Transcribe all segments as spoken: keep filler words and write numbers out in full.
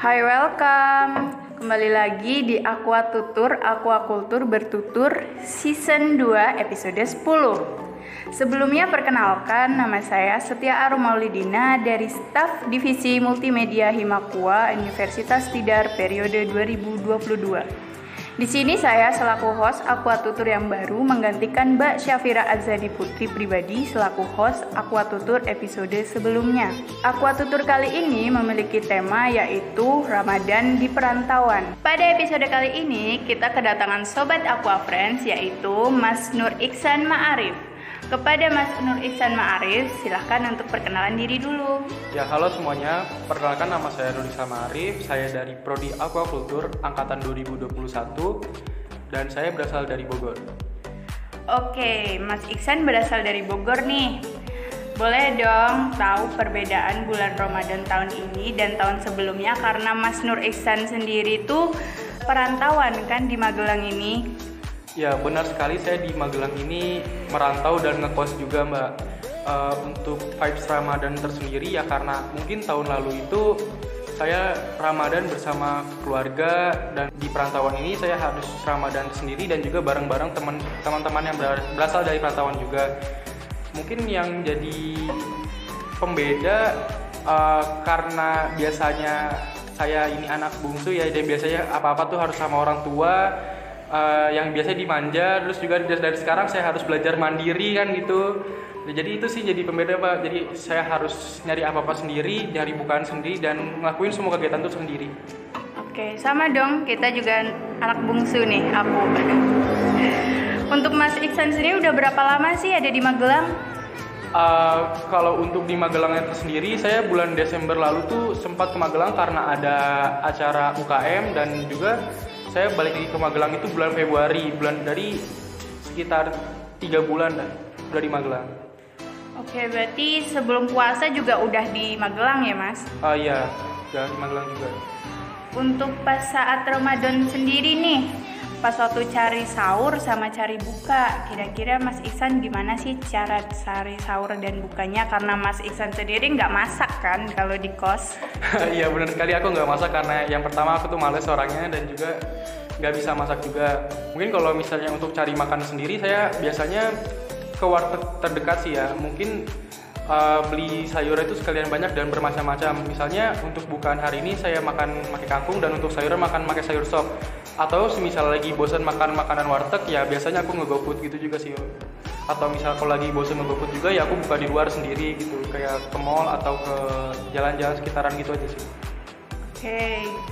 Hai, welcome. Kembali lagi di Aqua Tutur, Aquakultur Bertutur Season dua episode sepuluh. Sebelumnya perkenalkan, nama saya Setia Arum Maulidina dari staf Divisi Multimedia Himakua Universitas Tidar periode dua ribu dua puluh dua. Di sini saya selaku host Aqua Tutur yang baru menggantikan Mbak Syafira Azadi Putri pribadi selaku host Aqua Tutur episode sebelumnya. Aqua Tutur kali ini memiliki tema yaitu Ramadan di Perantauan. Pada episode kali ini kita kedatangan Sobat Aqua Friends yaitu Mas Nur Iksan Ma'arif. Kepada Mas Nur Iksan Ma'arif, silahkan untuk perkenalan diri dulu. Ya, halo semuanya. Perkenalkan, nama saya Nur Iksan Ma'arif. Saya dari Prodi Aquakultur angkatan dua ribu dua puluh satu dan saya berasal dari Bogor. Oke, Mas Iksan berasal dari Bogor nih. Boleh dong tahu perbedaan bulan Ramadan tahun ini dan tahun sebelumnya, karena Mas Nur Iksan sendiri tuh perantauan kan di Magelang ini. Ya, benar sekali, saya di Magelang ini merantau dan ngekos juga, Mbak. Uh, untuk vibes Ramadan tersendiri ya, karena mungkin tahun lalu itu saya Ramadan bersama keluarga, dan di perantauan ini saya harus Ramadan sendiri dan juga bareng-bareng teman teman-teman yang berasal dari perantauan juga. Mungkin yang jadi pembeda uh, karena biasanya saya ini anak bungsu ya, dan biasanya apa-apa tuh harus sama orang tua. Uh, yang biasanya dimanja, terus juga dari sekarang saya harus belajar mandiri kan gitu. Jadi itu sih jadi pembeda, Pak. Jadi saya harus nyari apa-apa sendiri, nyari bukaan sendiri, dan ngelakuin semua kegiatan itu sendiri. Oke, sama dong, kita juga anak bungsu nih, aku. Untuk Mas Iksan sendiri udah berapa lama sih ada di Magelang? Uh, kalau untuk di Magelang itu sendiri, saya bulan Desember lalu tuh sempat ke Magelang karena ada acara U K M, dan juga saya balik lagi ke Magelang itu bulan Februari, bulan dari sekitar tiga bulan dan udah di Magelang. Oke, berarti sebelum puasa juga udah di Magelang ya, Mas? Ah uh, iya, udah di Magelang juga. Untuk pas saat Ramadan sendiri nih, pas waktu cari sahur sama cari buka, kira-kira Mas Iksan gimana sih cara cari sahur dan bukanya? Karena Mas Iksan sendiri nggak masak kan kalau di kos? Iya, benar sekali, aku nggak masak karena yang pertama aku tuh males orangnya, dan juga nggak bisa masak juga. Mungkin kalau misalnya untuk cari makan sendiri, saya biasanya ke warteg terdekat sih ya. Mungkin uh, beli sayur itu sekalian banyak dan bermacam-macam. Misalnya untuk bukaan hari ini saya makan pakai kangkung, dan untuk sayur makan pakai sayur sop. Atau semisal lagi bosan makan makanan warteg, ya biasanya aku nge-GoFood gitu juga sih. Atau misal kalau lagi bosan nge-GoFood juga, ya aku buka di luar sendiri gitu, kayak ke mall atau ke jalan-jalan sekitaran gitu aja sih. Oke,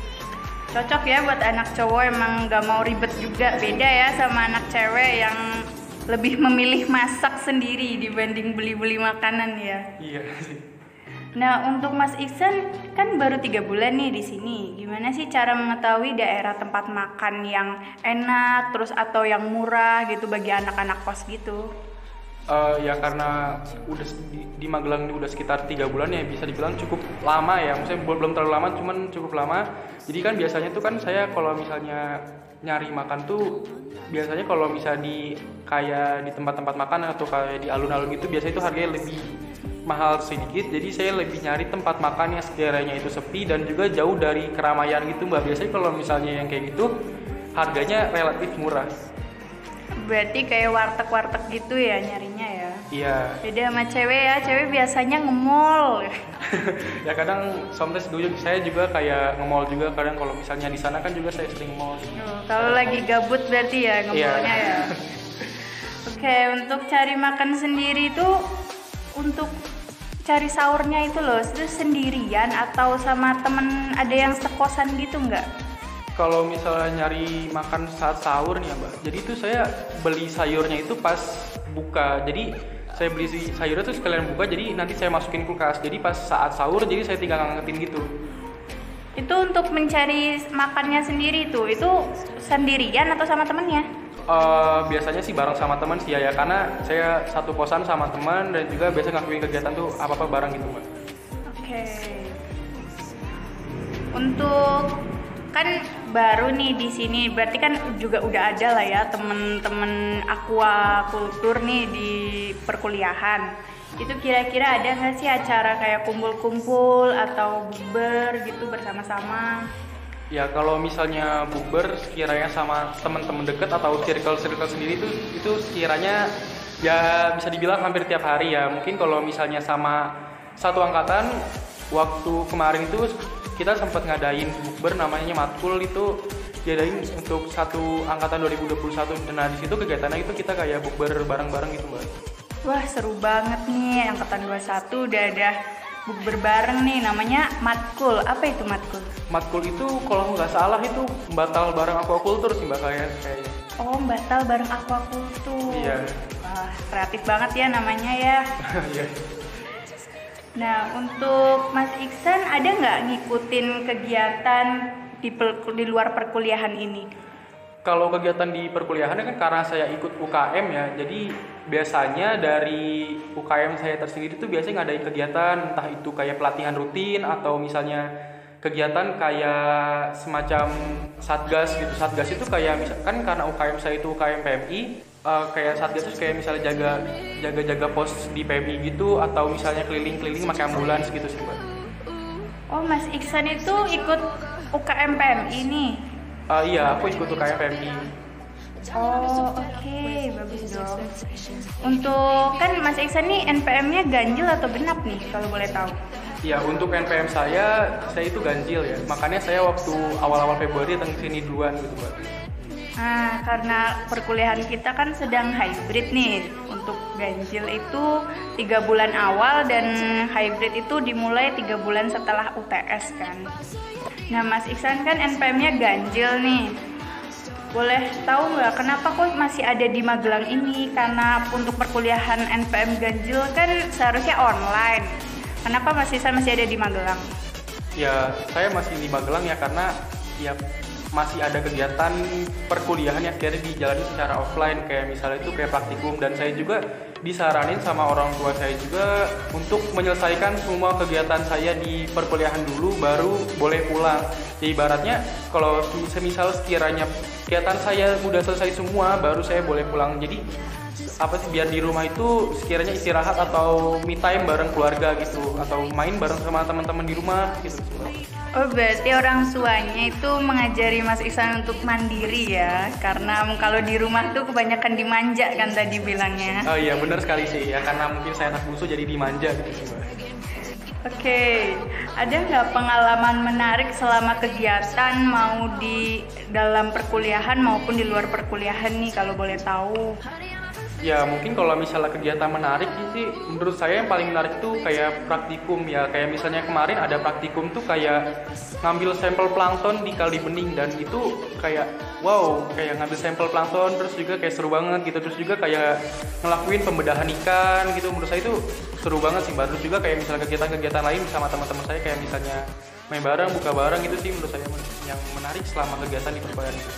cocok ya buat anak cowok, emang gak mau ribet juga. Beda ya sama anak cewek yang lebih memilih masak sendiri dibanding beli-beli makanan ya. Iya sih. Nah, untuk Mas Iksan kan baru tiga bulan nih di sini. Gimana sih cara mengetahui daerah tempat makan yang enak terus atau yang murah gitu bagi anak-anak kos gitu? Uh, ya karena udah di, di Magelang ini udah sekitar tiga bulan ya, bisa dibilang cukup lama ya. Maksudnya belum terlalu lama, cuman cukup lama. Jadi kan biasanya tuh kan saya kalau misalnya nyari makan tuh biasanya kalau misalnya di kayak di tempat-tempat makan atau kayak di alun-alun gitu, biasanya itu harganya lebih mahal sedikit. Jadi saya lebih nyari tempat makan yang sekiranya itu sepi dan juga jauh dari keramaian gitu, Mbak. Biasanya kalau misalnya yang kayak gitu harganya relatif murah. Berarti kayak warteg-warteg gitu ya nyarinya ya? Iya. Beda sama cewek ya, cewek biasanya nge-mall. Ya kadang sometimes dulu saya juga kayak nge-mall juga, kadang kalau misalnya di sana kan juga saya sering nge-mall. Oh, kalau lagi gabut berarti ya nge-mallnya ya. Oke, untuk cari makan sendiri itu, untuk cari sahurnya itu loh, itu sendirian atau sama temen, ada yang sekosan gitu nggak? Kalau misalnya nyari makan saat sahur nih ya, Mbak, jadi itu saya beli sayurnya itu pas buka. Jadi saya beli sayurnya tuh sekalian buka, jadi nanti saya masukin kulkas. Jadi pas saat sahur, jadi saya tinggal ngangetin gitu. Itu untuk mencari makannya sendiri tuh, itu sendirian atau sama temennya? Uh, biasanya sih bareng sama teman sih ya, ya, karena saya satu kosan sama teman, dan juga biasa ngelakuin kegiatan tuh apa-apa bareng gitu, Mbak. Oke. Untuk kan baru nih di sini, berarti kan juga udah ada lah ya temen-temen aquakultur nih di perkuliahan. Itu kira-kira ada nggak sih acara kayak kumpul-kumpul atau bukber gitu bersama-sama? Ya kalau misalnya bukber sekiranya sama teman-teman dekat atau circle-circle sendiri itu itu sekiranya ya bisa dibilang hampir tiap hari ya. Mungkin kalau misalnya sama satu angkatan waktu kemarin itu kita sempat ngadain bukber namanya matkul, itu diadain untuk satu angkatan dua ribu dua puluh satu. Nah di situ kegiatannya itu kita kayak bukber bareng-bareng gitu Mbak. Wah seru banget nih, angkatan dua puluh satu udah ada bukber bareng nih, namanya matkul. Apa itu matkul? Matkul itu kalau nggak salah itu batal bareng aquaculture sih Mbak kayaknya. Oh batal bareng aquaculture. Iya. Wah kreatif banget ya namanya ya. Iya. Nah untuk Mas Iksan ada nggak ngikutin kegiatan di, per, di luar perkuliahan ini? Kalau kegiatan di perkuliahan kan karena saya ikut U K M ya, jadi biasanya dari U K M saya tersendiri itu biasanya ngadain kegiatan, entah itu kayak pelatihan rutin atau misalnya kegiatan kayak semacam satgas gitu. Satgas itu kayak misalkan karena U K M saya itu U K M P M I, uh, kayak satgas itu kayak misalnya jaga jaga-jaga pos di P M I gitu, atau misalnya keliling-keliling pakai ambulans gitu sih Mbak. Oh Mas Iksan itu ikut U K M P M I nih? Uh, iya, aku ikut U K M P M I. Oh oke, okay. Bagus dong. Untuk kan Mas Iksan nih N P M-nya ganjil atau genap nih kalau boleh tahu? Ya untuk N P M saya, saya itu ganjil ya. Makanya saya waktu awal-awal Februari datang ke sini duluan gitu Mbak. Nah karena perkuliahan kita kan sedang hybrid nih. Untuk ganjil itu tiga bulan awal dan hybrid itu dimulai tiga bulan setelah U T S kan. Nah Mas Iksan kan N P M-nya ganjil nih. Boleh tahu nggak kenapa kok masih ada di Magelang ini? Karena untuk perkuliahan N P M ganjil kan seharusnya online. Kenapa Mas Iksan masih ada di Magelang? Ya saya masih di Magelang ya karena ya masih ada kegiatan perkuliahan yang akhirnya dijalani secara offline, kayak misalnya itu kayak praktikum, dan saya juga disaranin sama orang tua saya juga untuk menyelesaikan semua kegiatan saya di perkuliahan dulu baru boleh pulang. Jadi ibaratnya kalau semisal sekiranya kegiatan saya udah selesai semua baru saya boleh pulang. Jadi apa sih biar di rumah itu sekiranya istirahat atau me time bareng keluarga gitu, atau main bareng sama teman-teman di rumah gitu. Oh berarti orang tuanya itu mengajari Mas Iksan untuk mandiri ya, karena kalau di rumah tuh kebanyakan dimanja kan tadi bilangnya. Oh iya benar sekali sih ya, karena mungkin saya anak bungsu jadi dimanja gitu sih Mbak. Oke, ada nggak pengalaman menarik selama kegiatan mau di dalam perkuliahan maupun di luar perkuliahan nih kalau boleh tahu? Ya mungkin kalau misalnya kegiatan menarik sih menurut saya yang paling menarik tuh kayak praktikum ya, kayak misalnya kemarin ada praktikum tuh kayak ngambil sampel plankton di Kali Bening, dan itu kayak wow, kayak ngambil sampel plankton terus juga kayak seru banget gitu, terus juga kayak ngelakuin pembedahan ikan gitu. Menurut saya itu seru banget sih. Terus juga kayak misalnya kegiatan-kegiatan lain sama teman-teman saya kayak misalnya main bareng, buka bareng, itu sih menurut saya yang menarik selama kegiatan di perkuliahan itu.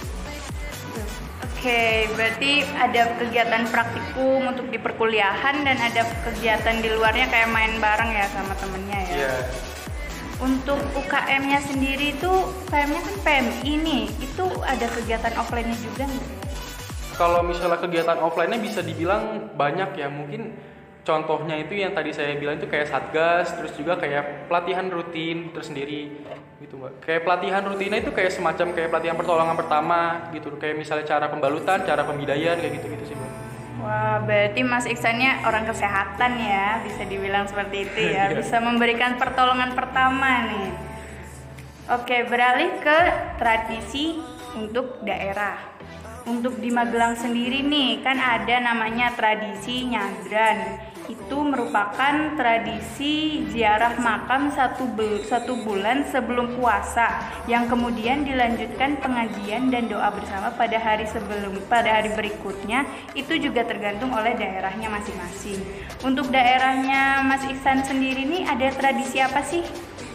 Oke, berarti ada kegiatan praktikum untuk di perkuliahan dan ada kegiatan di luarnya kayak main bareng ya sama temennya ya. Iya. Untuk U K M-nya sendiri itu, U K M-nya kan P M I nih, itu ada kegiatan offline-nya juga nggak? Kalau misalnya kegiatan offline-nya bisa dibilang banyak ya, mungkin contohnya itu yang tadi saya bilang itu kayak satgas, terus juga kayak pelatihan rutin tersendiri gitu Mbak. Kayak pelatihan rutinnya itu kayak semacam kayak pelatihan pertolongan pertama gitu, kayak misalnya cara pembalutan, cara pembidayan kayak gitu-gitu sih Mbak. Wah, berarti Mas Iksannya orang kesehatan ya, bisa dibilang seperti itu ya, bisa memberikan pertolongan pertama nih. Oke, beralih ke tradisi untuk daerah. Untuk di Magelang sendiri nih, kan ada namanya tradisi nyadran. Itu merupakan tradisi ziarah makam satu, bul- satu bulan sebelum puasa, yang kemudian dilanjutkan pengajian dan doa bersama pada hari sebelum pada hari berikutnya. Itu juga tergantung oleh daerahnya masing-masing. Untuk daerahnya Mas Iksan sendiri nih ada tradisi apa sih?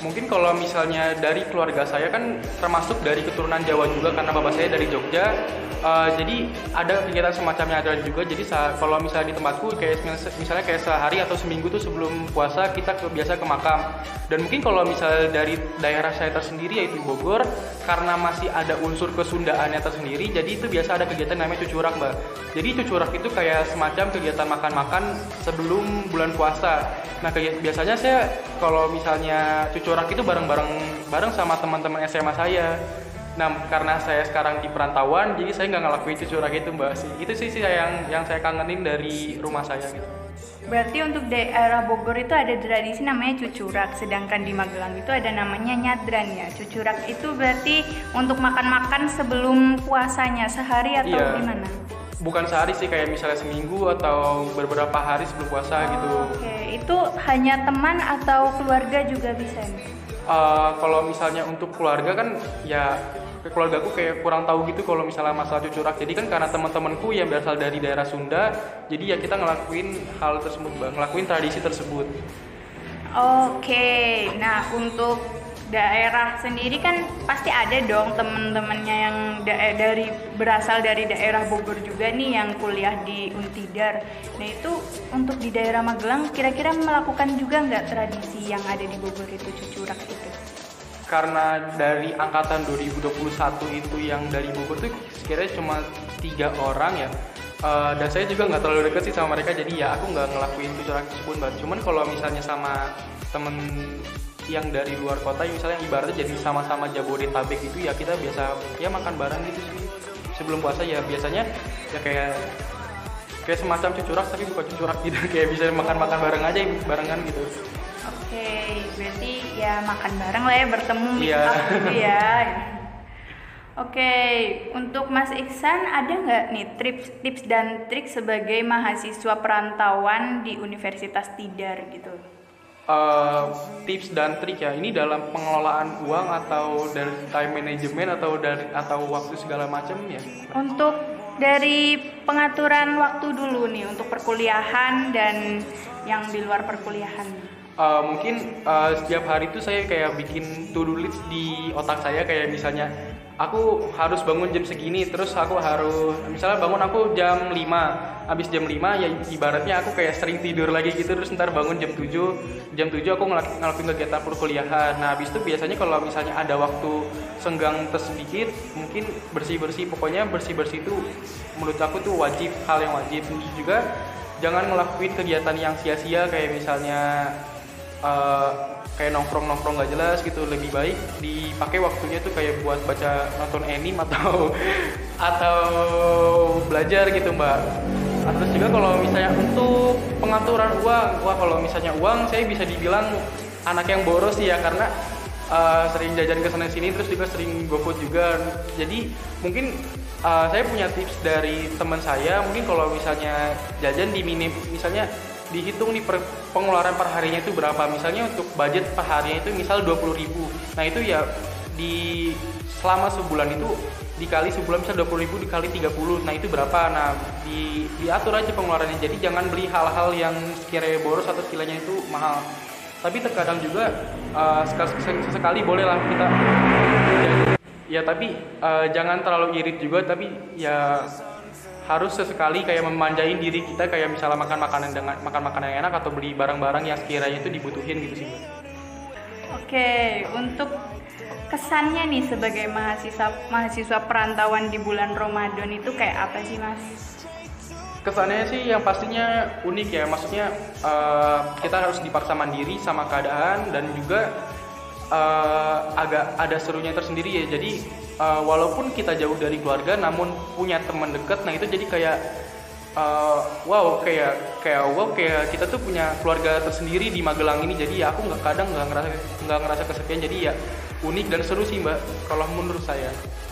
Mungkin kalau misalnya dari keluarga saya kan termasuk dari keturunan Jawa juga karena bapak saya dari Jogja. Uh, jadi ada kegiatan semacam nyadran juga. Jadi saat, kalau misalnya di tempatku kayak misalnya kayak sehari atau seminggu tuh sebelum puasa kita ke, biasa ke makam. Dan mungkin kalau misalnya dari daerah saya tersendiri yaitu Bogor, karena masih ada unsur kesundaannya tersendiri, jadi itu biasa ada kegiatan namanya cucurak, Mbak. Jadi cucurak itu kayak semacam kegiatan makan-makan sebelum bulan puasa. Nah biasanya saya kalau misalnya cucurak itu bareng-bareng bareng sama teman-teman S M A saya. Nah karena saya sekarang di perantauan, jadi saya nggak ngelakuin cucurak itu, Mbak. Sih itu sih, sih yang yang saya kangenin dari rumah saya gitu. Berarti untuk daerah Bogor itu ada tradisi namanya cucurak, sedangkan di Magelang itu ada namanya nyadran ya. Cucurak itu berarti untuk makan-makan sebelum puasanya sehari atau iya. gimana? Bukan sehari sih, kayak misalnya seminggu atau beberapa hari sebelum puasa oh, gitu. Oke, itu hanya teman atau keluarga juga bisa nih? Uh, kalau misalnya untuk keluarga kan ya keluarga aku kayak kurang tahu gitu kalau misalnya masalah cucurak. Jadi kan karena teman-temanku yang berasal dari daerah Sunda, jadi ya kita ngelakuin hal tersebut, Bang, ngelakuin tradisi tersebut. Oke, nah untuk daerah sendiri kan pasti ada dong teman-temannya yang da- dari berasal dari daerah Bogor juga nih yang kuliah di Untidar. Nah itu untuk di daerah Magelang kira-kira melakukan juga nggak tradisi yang ada di Bogor itu cucurak itu? Karena dari angkatan dua ribu dua puluh satu itu yang dari Bogor tuh sekiranya cuma tiga orang ya, uh, dan saya juga nggak terlalu dekat sih sama mereka, jadi ya aku nggak ngelakuin cucurak tersebut, Mbak. Cuman kalau misalnya sama temen yang dari luar kota, misalnya ibaratnya jadi sama-sama Jabodetabek itu ya kita biasa ya makan bareng gitu sih sebelum puasa ya, biasanya ya kayak kayak semacam cucurak tapi bukan cucurak gitu, kayak bisa makan-makan bareng aja barengan gitu. Oke, berarti ya makan bareng lah ya, bertemu iya. gitu ya. Oke, untuk Mas Iksan ada nggak nih tips, tips dan trik sebagai mahasiswa perantauan di Universitas Tidar gitu? Uh, tips dan trik ya, ini dalam pengelolaan uang atau dari time management atau dari atau waktu segala macam ya? Untuk dari pengaturan waktu dulu nih untuk perkuliahan dan yang di luar perkuliahan. Uh, mungkin uh, setiap hari itu saya kayak bikin to-do list di otak saya, kayak misalnya aku harus bangun jam segini, terus aku harus misalnya bangun aku jam lima, habis jam lima ya ibaratnya aku kayak sering tidur lagi gitu, terus ntar bangun jam tujuh, jam tujuh aku ngelak- ngelakuin kegiatan perkuliahan. Nah habis itu biasanya kalau misalnya ada waktu senggang tersedikit, mungkin bersih-bersih, pokoknya bersih-bersih itu menurut aku tuh wajib, hal yang wajib. Terus juga jangan ngelakuin kegiatan yang sia-sia kayak misalnya Uh, kayak nongkrong-nongkrong gak jelas gitu. Lebih baik dipakai waktunya tuh kayak buat baca, nonton anime atau atau belajar gitu, Mbak. Terus juga kalau misalnya untuk pengaturan uang, wah kalau misalnya uang saya bisa dibilang anak yang boros sih ya, karena uh, sering jajan ke sana sini, terus juga sering GoFood juga. Jadi mungkin uh, saya punya tips dari teman saya, mungkin kalau misalnya jajan di minim, misalnya dihitung nih per, pengeluaran per harinya itu berapa. Misalnya untuk budget per harinya itu misal dua puluh ribu. Nah itu ya di selama sebulan itu dikali sebulan misal dua puluh ribu dikali tiga puluh. Nah itu berapa? Nah di, diatur aja pengeluarannya. Jadi jangan beli hal-hal yang sekiranya boros atau sekiranya itu mahal. Tapi terkadang juga uh, sekali-sekali boleh lah kita ya, tapi uh, jangan terlalu irit juga, tapi ya harus sesekali kayak memanjain diri kita, kayak misalnya makan makanan dengan makan makanan yang enak atau beli barang-barang yang sekiranya itu dibutuhin gitu sih, Mbak. Oke, untuk kesannya nih sebagai mahasiswa mahasiswa perantauan di bulan Ramadan itu kayak apa sih, Mas? Kesannya sih yang pastinya unik ya, maksudnya uh, kita harus dipaksa mandiri sama keadaan, dan juga uh, agak ada serunya tersendiri ya. Jadi Uh, walaupun kita jauh dari keluarga, namun punya teman dekat, nah itu jadi kayak uh, wow, kayak kayak wow, kayak kita tuh punya keluarga tersendiri di Magelang ini. Jadi ya aku nggak kadang nggak ngerasa nggak ngerasa kesepian. Jadi ya unik dan seru sih, Mbak, kalau menurut saya.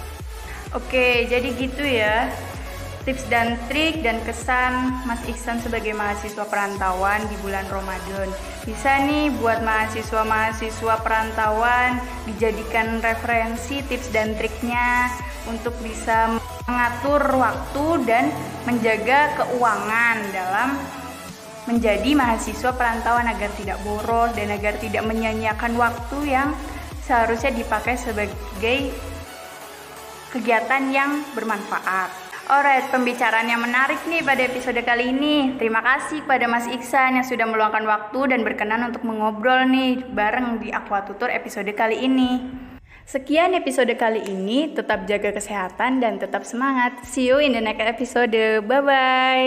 Oke, jadi gitu ya tips dan trik dan kesan Mas Iksan sebagai mahasiswa perantauan di bulan Ramadan. Bisa nih buat mahasiswa-mahasiswa perantauan dijadikan referensi tips dan triknya untuk bisa mengatur waktu dan menjaga keuangan dalam menjadi mahasiswa perantauan agar tidak boros dan agar tidak menyia-nyiakan waktu yang seharusnya dipakai sebagai kegiatan yang bermanfaat. Alright, pembicaraan yang menarik nih pada episode kali ini. Terima kasih kepada Mas Iksan yang sudah meluangkan waktu dan berkenan untuk mengobrol nih bareng di Aqua Tutur episode kali ini. Sekian episode kali ini, tetap jaga kesehatan dan tetap semangat. See you in the next episode. Bye-bye.